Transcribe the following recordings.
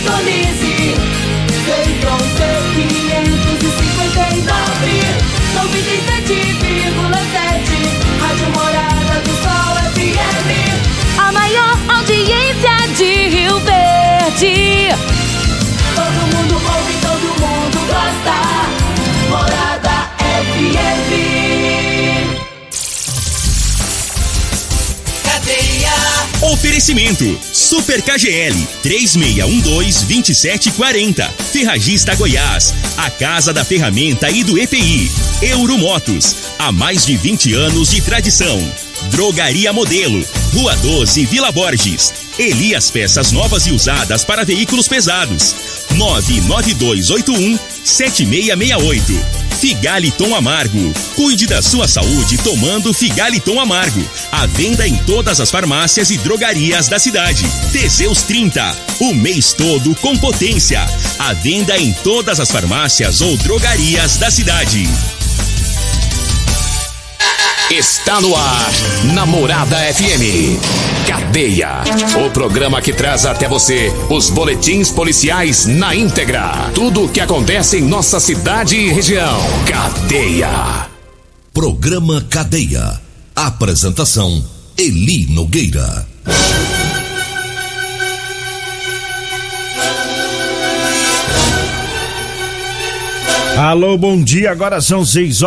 sintonize. Central C 559, 97,7. Rádio Morada do Sol FM. A maior audiência de Rio Verde. Todo mundo ouve, todo mundo gosta. Morada FM. Oferecimento Super KGL 3612-2740. Ferragista Goiás, a casa da ferramenta e do EPI. Euromotos, há mais de 20 anos de tradição. Drogaria Modelo, Rua 12, Vila Borges. Elias Peças Novas e Usadas para Veículos Pesados. 99281-7668. Figaliton Amargo. Cuide da sua saúde tomando Figaliton Amargo. À venda em todas as farmácias e drogarias da cidade. Teseus 30. O mês todo com potência. À venda em todas as farmácias ou drogarias da cidade. Está no ar, Namorada FM. Cadeia, o programa que traz até você os boletins policiais na íntegra. Tudo o que acontece em nossa cidade e região. Cadeia. Programa Cadeia. Apresentação: Eli Nogueira. Alô, bom dia, agora são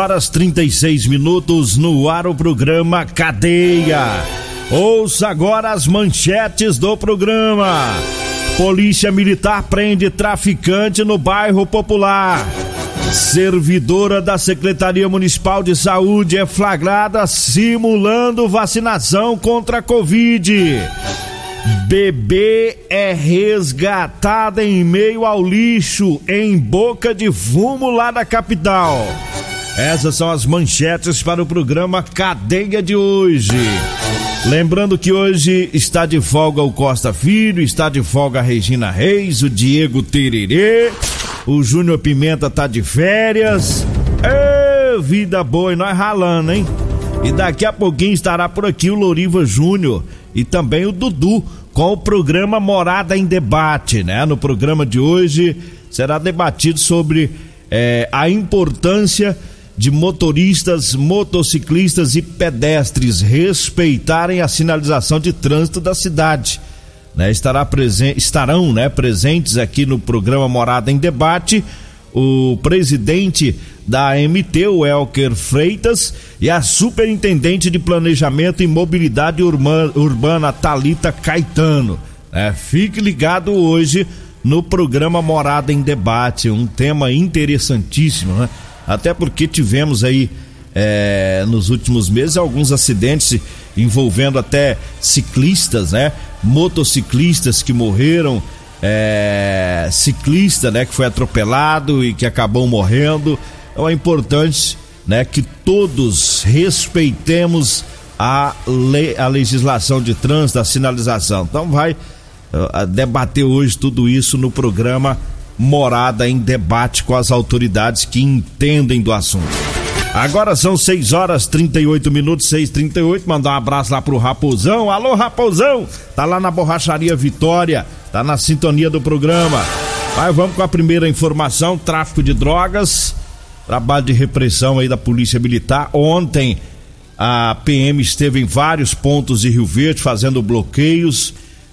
6h36, no ar o programa Cadeia. Ouça agora as manchetes do programa. Polícia Militar prende traficante no bairro Popular. Servidora da Secretaria Municipal de Saúde é flagrada simulando vacinação contra a Covid. Bebê é resgatada em meio ao lixo em Boca de Fumo lá da capital. Essas são as manchetes para o programa Cadeia de hoje. Lembrando que hoje está de folga o Costa Filho, está de folga a Regina Reis, o Diego Tererê, o Júnior Pimenta tá de férias. Vida boa e nós ralando, hein? E daqui a pouquinho estará por aqui o Loriva Júnior e também o Dudu com o programa Morada em Debate, né? No programa de hoje será debatido sobre a importância de motoristas, motociclistas e pedestres respeitarem a sinalização de trânsito da cidade, né? Estarão presentes aqui no programa Morada em Debate o presidente da AMT, o Elker Freitas, e a superintendente de Planejamento e Mobilidade Urbana, Thalita Caetano. Fique ligado hoje no programa Morada em Debate, um tema interessantíssimo, né? Até porque tivemos aí nos últimos meses alguns acidentes envolvendo até ciclistas, né? Motociclistas que morreram, ciclista, né, que foi atropelado e que acabou morrendo. Então é importante, né, que todos respeitemos a legislação de trânsito, a sinalização. Então vai debater hoje tudo isso no programa Morada em Debate com as autoridades que entendem do assunto. Agora são 6h38, 6h38. Mandar um abraço lá pro Raposão. Alô, Raposão! Tá lá na Borracharia Vitória, tá na sintonia do programa. Mas vamos com a primeira informação: tráfico de drogas, trabalho de repressão aí da Polícia Militar. Ontem a PM esteve em vários pontos de Rio Verde fazendo bloqueios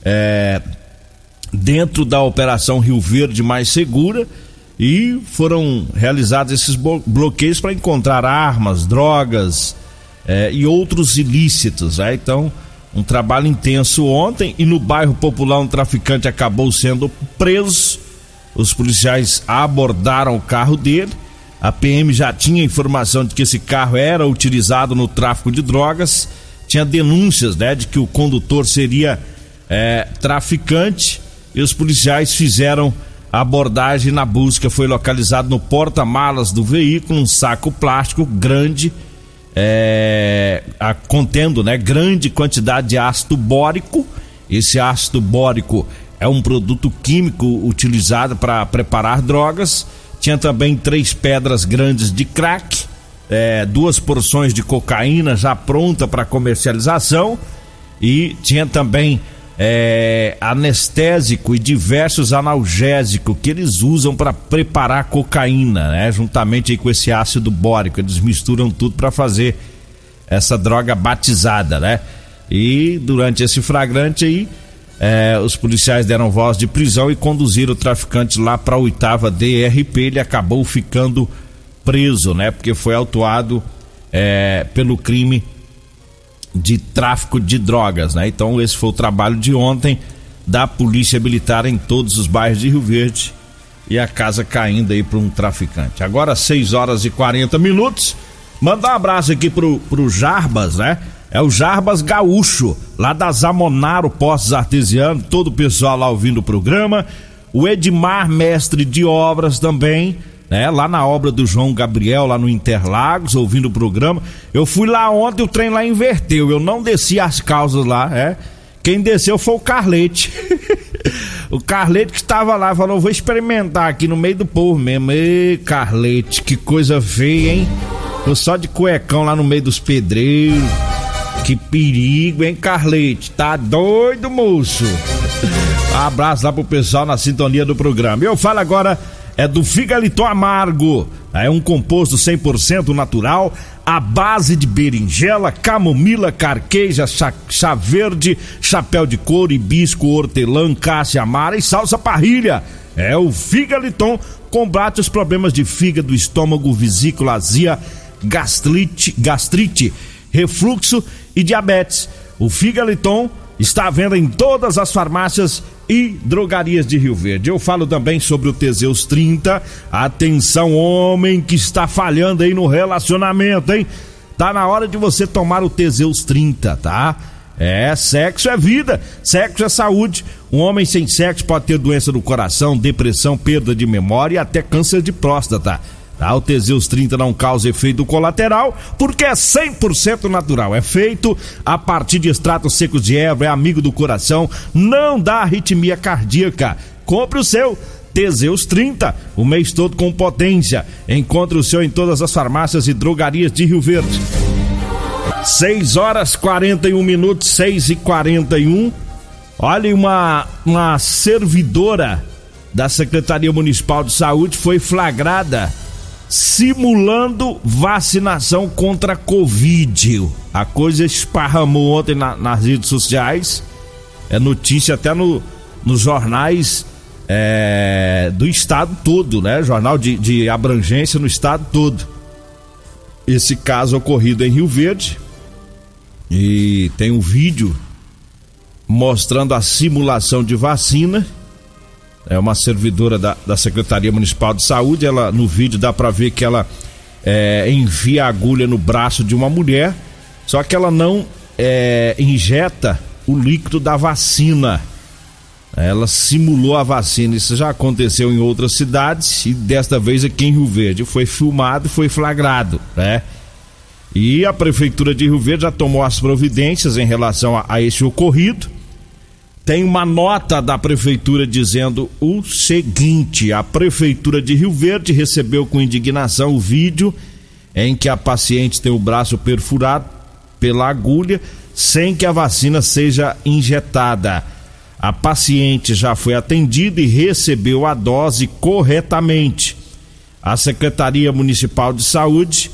dentro da Operação Rio Verde Mais Segura, e foram realizados esses bloqueios para encontrar armas, drogas e outros ilícitos, né? Então, um trabalho intenso ontem. E no bairro Popular um traficante acabou sendo preso. Os policiais abordaram o carro dele. A PM já tinha informação de que esse carro era utilizado no tráfico de drogas. Tinha denúncias, né, de que o condutor seria traficante, e os policiais fizeram a abordagem na busca. Foi localizado no porta-malas do veículo um saco plástico grande, contendo, né, grande quantidade de ácido bórico. Esse ácido bórico é um produto químico utilizado para preparar drogas. Tinha também 3 pedras grandes de crack, 2 porções de cocaína já pronta para comercialização, e tinha também anestésico e diversos analgésicos que eles usam para preparar cocaína, né? Juntamente aí com esse ácido bórico, eles misturam tudo para fazer essa droga batizada, né? E durante esse flagrante aí, os policiais deram voz de prisão e conduziram o traficante lá para a 8ª DRP. Ele acabou ficando preso, né? Porque foi autuado pelo crime de tráfico de drogas, né? Então esse foi o trabalho de ontem da Polícia Militar em todos os bairros de Rio Verde, e a casa caindo aí para um traficante. Agora 6h40. Mandar um abraço aqui pro Jarbas, né? É o Jarbas Gaúcho, lá da Zamonaro Postos Artesianos, todo o pessoal lá ouvindo o programa. O Edmar, mestre de obras também, né? Lá na obra do João Gabriel, lá no Interlagos, ouvindo o programa. Eu fui lá ontem, o trem lá inverteu, eu não desci as calças lá, Quem desceu foi o Carlete. O Carlete que estava lá, falou, vou experimentar aqui no meio do povo mesmo. Ei, Carlete, que coisa feia, hein? Tô só de cuecão lá no meio dos pedreiros. Que perigo, hein, Carlete? Tá doido, moço? Um abraço lá pro pessoal na sintonia do programa. Eu falo agora do Figaliton Amargo. É um composto 100% natural, à base de berinjela, camomila, carqueja, chá verde, chapéu de couro, hibisco, hortelã, cássia amara e salsa parrilha. O Figaliton combate os problemas de fígado, estômago, vesícula, azia, gastrite, refluxo e diabetes. O Figaliton está à venda em todas as farmácias e drogarias de Rio Verde. Eu falo também sobre o Teseus 30. Atenção, homem que está falhando aí no relacionamento, hein? Tá na hora de você tomar o Teseus 30, tá? Sexo é vida, sexo é saúde. Um homem sem sexo pode ter doença do coração, depressão, perda de memória e até câncer de próstata. O Teseus 30 não causa efeito colateral porque é 100% natural. É feito a partir de extratos secos de erva, é amigo do coração, não dá arritmia cardíaca. Compre o seu Teseus 30, o mês todo com potência. Encontre o seu em todas as farmácias e drogarias de Rio Verde. 6h41, 6h41. Olha, uma servidora da Secretaria Municipal de Saúde foi flagrada simulando vacinação contra a Covid. A coisa esparramou ontem nas redes sociais. É notícia até nos jornais do estado todo, né? Jornal de abrangência no estado todo. Esse caso ocorrido em Rio Verde. E tem um vídeo mostrando a simulação de vacina. É uma servidora da Secretaria Municipal de Saúde. Ela, no vídeo dá pra ver que ela enfia a agulha no braço de uma mulher, só que ela não injeta o líquido da vacina. Ela simulou a vacina. Isso já aconteceu em outras cidades e desta vez aqui em Rio Verde. Foi filmado e foi flagrado, né? E a Prefeitura de Rio Verde já tomou as providências em relação a esse ocorrido. Tem uma nota da Prefeitura dizendo o seguinte: a Prefeitura de Rio Verde recebeu com indignação o vídeo em que a paciente tem o braço perfurado pela agulha sem que a vacina seja injetada. A paciente já foi atendida e recebeu a dose corretamente. A Secretaria Municipal de Saúde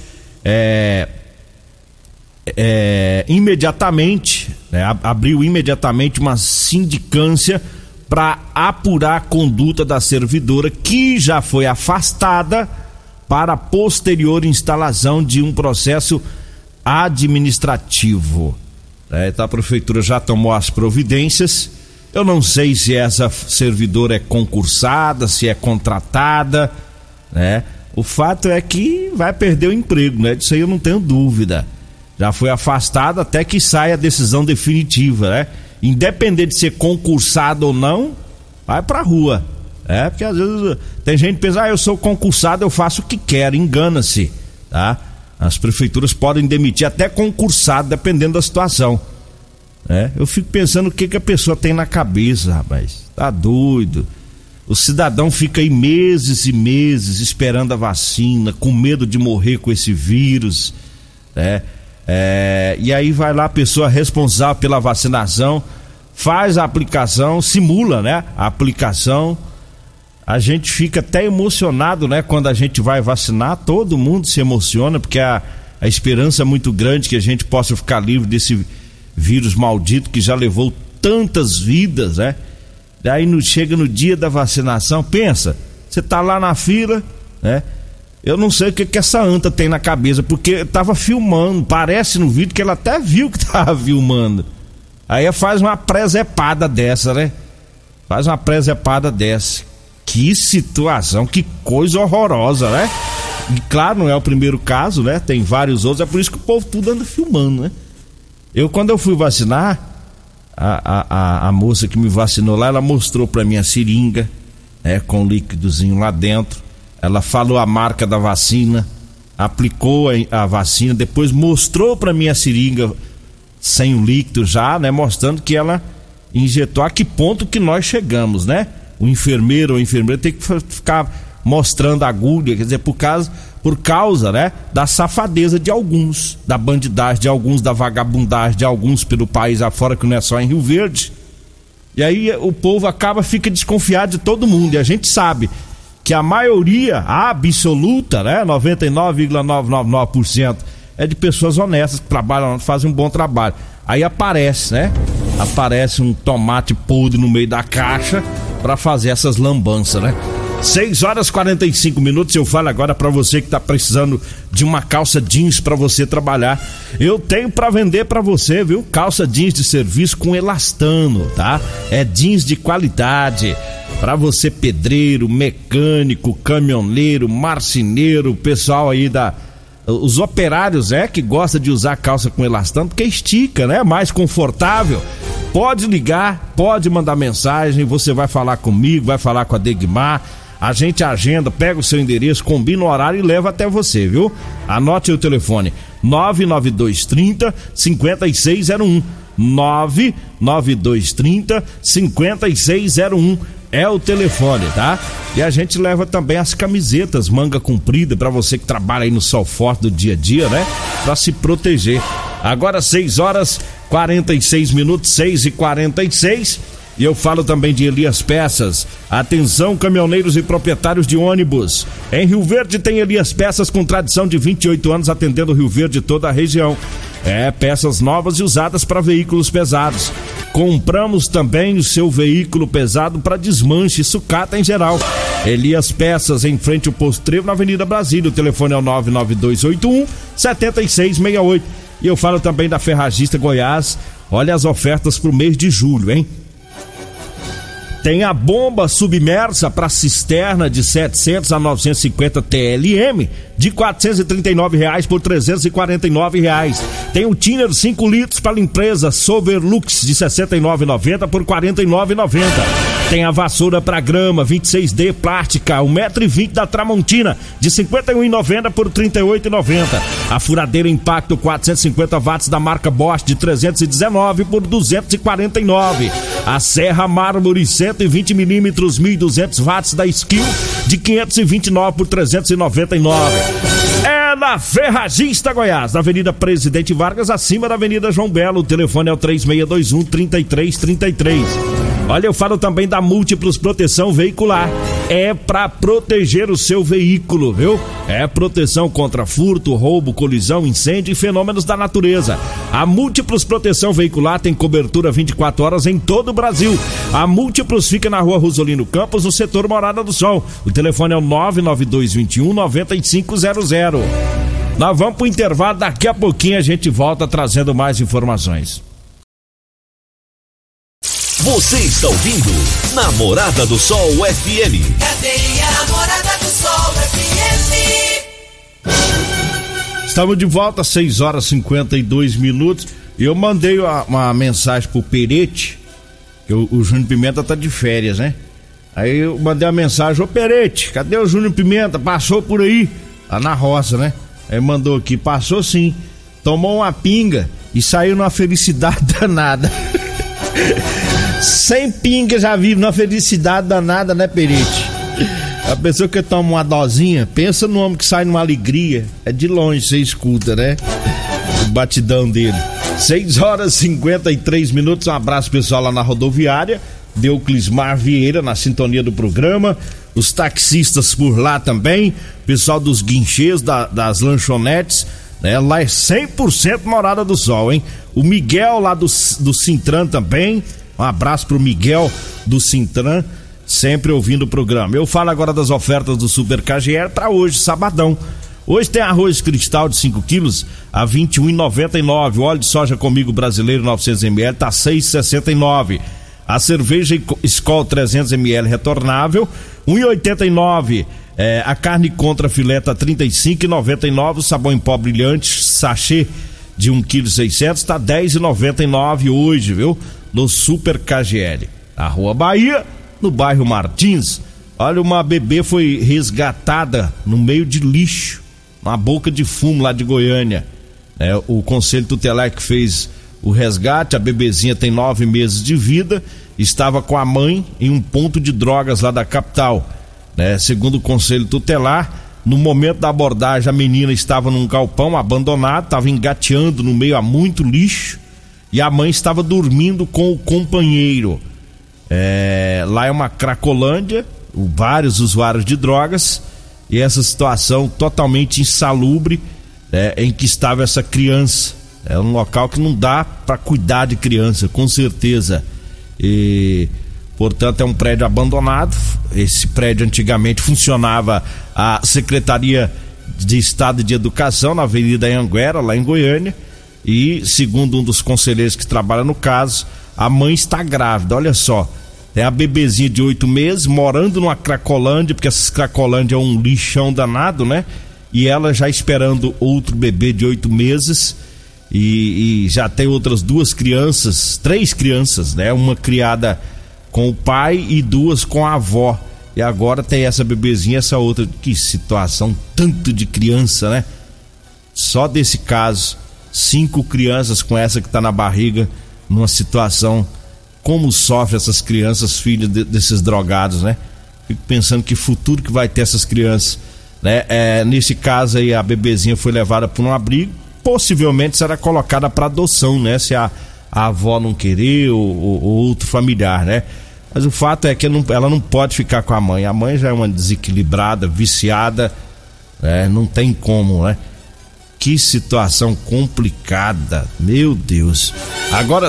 imediatamente, abriu imediatamente uma sindicância para apurar a conduta da servidora, que já foi afastada para posterior instalação de um processo administrativo. Então a prefeitura já tomou as providências. Eu não sei se essa servidora é concursada, se é contratada, né? O fato é que vai perder o emprego, né? Disso aí eu não tenho dúvida. Já foi afastado até que saia a decisão definitiva, né? Independente de ser concursado ou não, vai pra rua. Porque às vezes tem gente que pensa, eu sou concursado, eu faço o que quero, engana-se, tá? As prefeituras podem demitir até concursado, dependendo da situação. Eu fico pensando o que a pessoa tem na cabeça, rapaz. Tá doido. O cidadão fica aí meses e meses esperando a vacina, com medo de morrer com esse vírus, né? E aí vai lá a pessoa responsável pela vacinação, faz a aplicação, simula, né? A aplicação. A gente fica até emocionado, né? Quando a gente vai vacinar, todo mundo se emociona, porque a esperança é muito grande que a gente possa ficar livre desse vírus maldito que já levou tantas vidas, né? Daí chega no dia da vacinação, pensa, você tá lá na fila, né? Eu não sei o que essa anta tem na cabeça, porque tava filmando, parece no vídeo que ela até viu que tava filmando. Aí faz uma presepada dessa, né? Faz uma presepada dessa. Que situação, que coisa horrorosa, né? E claro, não é o primeiro caso, né? Tem vários outros, é por isso que o povo tudo anda filmando, né? Quando eu fui vacinar, a moça que me vacinou lá, ela mostrou pra mim a seringa, né? Com um líquidozinho lá dentro. Ela falou a marca da vacina, aplicou a vacina, depois mostrou pra mim a seringa sem o líquido já, né? Mostrando que ela injetou. A que ponto que nós chegamos, né? O enfermeiro ou a enfermeira tem que ficar mostrando a agulha, quer dizer, por causa, né? Da safadeza de alguns, da bandidagem de alguns, da vagabundagem de alguns pelo país afora, que não é só em Rio Verde. E aí o povo fica desconfiado de todo mundo, e a gente sabe que a maioria absoluta, né, 99,999% é de pessoas honestas que trabalham, fazem um bom trabalho. Aí aparece, né? Aparece um tomate podre no meio da caixa para fazer essas lambanças, né? 6h45. Eu falo agora para você que tá precisando de uma calça jeans para você trabalhar. Eu tenho para vender para você, viu? Calça jeans de serviço com elastano, tá? É jeans de qualidade. Para você pedreiro, mecânico, caminhoneiro, marceneiro, pessoal aí os operários que gosta de usar calça com elastano, porque estica, né? Mais confortável. Pode ligar, pode mandar mensagem, você vai falar comigo, vai falar com a Degmar. A gente agenda, pega o seu endereço, combina o horário e leva até você, viu? Anote o telefone: 99230-5601. 99230-5601 é o telefone, tá? E a gente leva também as camisetas manga comprida para você que trabalha aí no sol forte do dia a dia, né? Para se proteger. Agora 6h46, 6h46. E eu falo também de Elias Peças. Atenção, caminhoneiros e proprietários de ônibus. Em Rio Verde tem Elias Peças, com tradição de 28 anos atendendo Rio Verde e toda a região. Peças novas e usadas para veículos pesados. Compramos também o seu veículo pesado para desmanche e sucata em geral. Elias Peças, em frente ao Posto Trevo, na Avenida Brasília. O telefone é o 99281-7668. E eu falo também da Ferragista Goiás. Olha as ofertas pro mês de julho, hein? Tem a bomba submersa para cisterna de 700 a 950 TLM de R$ 439 por R$ 349. Tem o thinner 5 litros para limpeza Soverlux de R$ 69,90 por R$ 49,90. Tem a vassoura para grama 26D plástica 1,20 m da Tramontina de R$ 51,90 por R$ 38,90. A furadeira Impacto 450 watts da marca Bosch de R$ 319 por R$ 249. A serra mármore 120 mm 1.200 watts da Skill de 529 por 399. É na Ferragista Goiás, na Avenida Presidente Vargas, acima da Avenida João Belo. O telefone é o 3621-3333. Olha, eu falo também da Múltiplos Proteção Veicular. É pra proteger o seu veículo, viu? É proteção contra furto, roubo, colisão, incêndio e fenômenos da natureza. A Múltiplos Proteção Veicular tem cobertura 24 horas em todo o Brasil. A Múltiplos fica na Rua Rosolino Campos, no setor Morada do Sol. O telefone é o 99221-9500. Nós vamos pro intervalo, daqui a pouquinho a gente volta trazendo mais informações. Você está ouvindo Namorada do Sol FM. Cadê a Namorada do Sol FM? Estamos de volta, 6h52. E eu mandei uma mensagem pro Perete, que o Júnior Pimenta tá de férias, né? Aí eu mandei a mensagem: ô Perete, cadê o Júnior Pimenta? Passou por aí? Lá na roça, né? Aí mandou aqui: passou sim, tomou uma pinga e saiu numa felicidade danada. Sem pinga já vive numa felicidade danada, né, Perete? A pessoa que toma uma dosinha, pensa no homem que sai numa alegria. É de longe, você escuta, né? batidão dele. 6h53, um abraço pessoal lá na rodoviária, Deuclismar Vieira na sintonia do programa, os taxistas por lá também, pessoal dos guinchês, das lanchonetes, né? Lá é 100% Morada do Sol, hein? O Miguel lá do Sintran também, um abraço pro Miguel do Sintran, sempre ouvindo o programa. Eu falo agora das ofertas do Super KGL para hoje, sabadão. Hoje tem arroz cristal de 5 quilos a R$ 21,99. Óleo de soja comigo brasileiro 900ml tá R$ 6,69. A cerveja Skol 300ml retornável R$ 1,89. A carne contra filé tá R$ 35,99. O sabão em pó brilhante sachê de 1,6 kg tá R$ 10,99 hoje, viu? No Super KGL. Na Rua Bahia, no bairro Martins. Olha, uma bebê foi resgatada no meio de lixo, na boca de fumo lá de Goiânia. O Conselho Tutelar que fez o resgate, a bebezinha tem 9 meses de vida, estava com a mãe em um ponto de drogas lá da capital. Segundo o Conselho Tutelar, no momento da abordagem a menina estava num galpão abandonado, estava engateando no meio a muito lixo e a mãe estava dormindo com o companheiro. Lá é uma Cracolândia, vários usuários de drogas, e essa situação totalmente insalubre em que estava essa criança. É um local que não dá para cuidar de criança, com certeza. E, portanto, é um prédio abandonado. Esse prédio antigamente funcionava a Secretaria de Estado de Educação na Avenida Anhanguera, lá em Goiânia. E, segundo um dos conselheiros que trabalha no caso, a mãe está grávida, olha só. É a bebezinha de 8 meses, morando numa Cracolândia, porque essas Cracolândia é um lixão danado, né? E ela já esperando outro bebê de 8 meses e já tem outras 3 crianças, né? Uma criada com o pai e 2 com a avó. E agora tem essa bebezinha, essa outra. Que situação, tanto de criança, né? Só desse caso, 5 crianças com essa que tá na barriga, numa situação... Como sofrem essas crianças, filhas desses drogados, né? Fico pensando que futuro que vai ter essas crianças, né? Nesse caso aí, a bebezinha foi levada para um abrigo, possivelmente será colocada para adoção, né? Se a avó não querer ou outro familiar, né? Mas o fato é que ela não pode ficar com a mãe já é uma desequilibrada, viciada, não tem como, né? Que situação complicada, meu Deus. Agora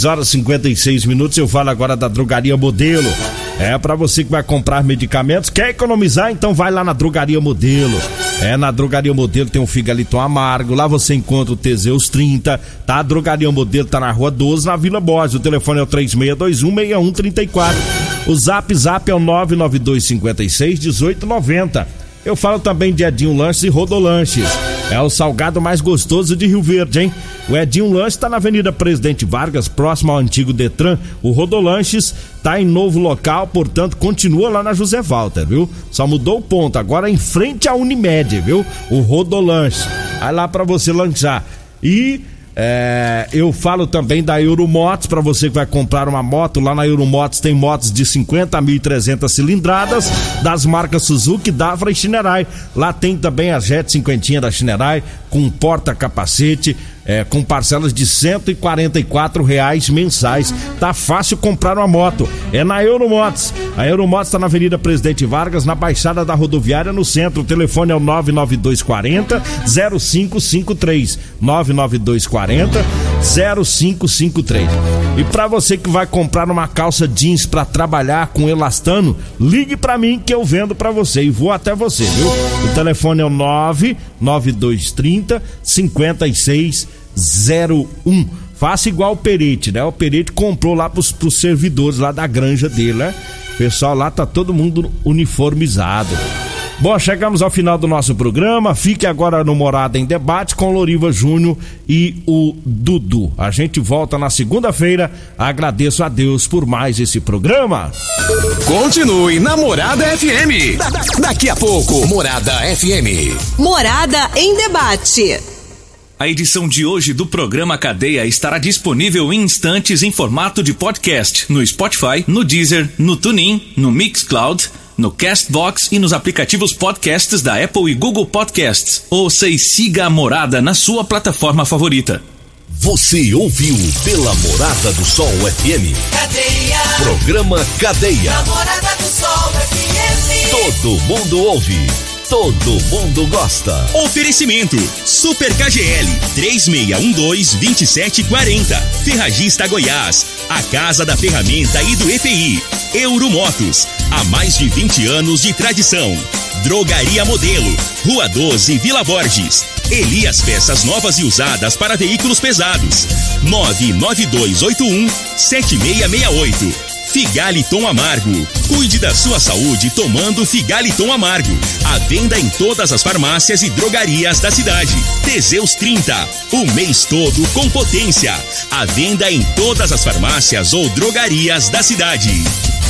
6h56, eu falo agora da Drogaria Modelo. Para você que vai comprar medicamentos, quer economizar? Então vai lá na Drogaria Modelo. Na Drogaria Modelo tem o Figaliton Amargo, lá você encontra o Teseus 30, tá? A Drogaria Modelo tá na Rua 12, na Vila Borges. O telefone é o 3621-6134. O zap é o 99256-1890. Eu falo também de Edinho Lanches e Rodolanches. É o salgado mais gostoso de Rio Verde, hein? O Edinho Lanches tá na Avenida Presidente Vargas, próximo ao antigo Detran. O Rodolanches tá em novo local, portanto, continua lá na José Walter, viu? Só mudou o ponto, agora em frente à Unimed, viu? O Rodolanches. Vai lá pra você lanchar. E... eu falo também da Euromotos, para você que vai comprar uma moto. Lá na Euromotos tem motos de 50 a 1.300 cilindradas das marcas Suzuki, Davra e Shinerai. Lá tem também a Jet 50 da Shinerai com porta-capacete, com parcelas de R$144 mensais. Tá fácil comprar uma moto, na Euromotos. A Euromotos tá na Avenida Presidente Vargas, na Baixada da Rodoviária, no centro. O telefone é o 99240-0553 99240-0553. E pra você que vai comprar uma calça jeans pra trabalhar com elastano, ligue pra mim que eu vendo pra você e vou até você, viu? O telefone é o 99230-5601. Faça igual o Perete, né? O Perete comprou lá pros servidores lá da granja dele, né? O pessoal lá tá todo mundo uniformizado. Bom, chegamos ao final do nosso programa. Fique agora no Morada em Debate com Loriva Júnior e o Dudu. A gente volta na segunda-feira. Agradeço a Deus por mais esse programa. Continue na Morada FM. Daqui a pouco, Morada FM. Morada em Debate. A edição de hoje do programa Cadeia estará disponível em instantes em formato de podcast no Spotify, no Deezer, no TuneIn, no Mixcloud, no Castbox e nos aplicativos podcasts da Apple e Google Podcasts. Ouça e siga a Morada na sua plataforma favorita. Você ouviu pela Morada do Sol FM. Cadeia. Programa Cadeia. Morada do Sol FM. Todo mundo ouve. Todo mundo gosta. Oferecimento Super KGL 3612-2740. Ferragista Goiás, a casa da ferramenta e do EPI. Euromotos, há mais de 20 anos de tradição. Drogaria Modelo, Rua 12, Vila Borges. Elias Peças Novas e Usadas para Veículos Pesados. 99281-7668. Figaliton Amargo. Cuide da sua saúde tomando Figaliton Amargo. À venda em todas as farmácias e drogarias da cidade. Teseus 30. O mês todo com potência. À venda em todas as farmácias ou drogarias da cidade.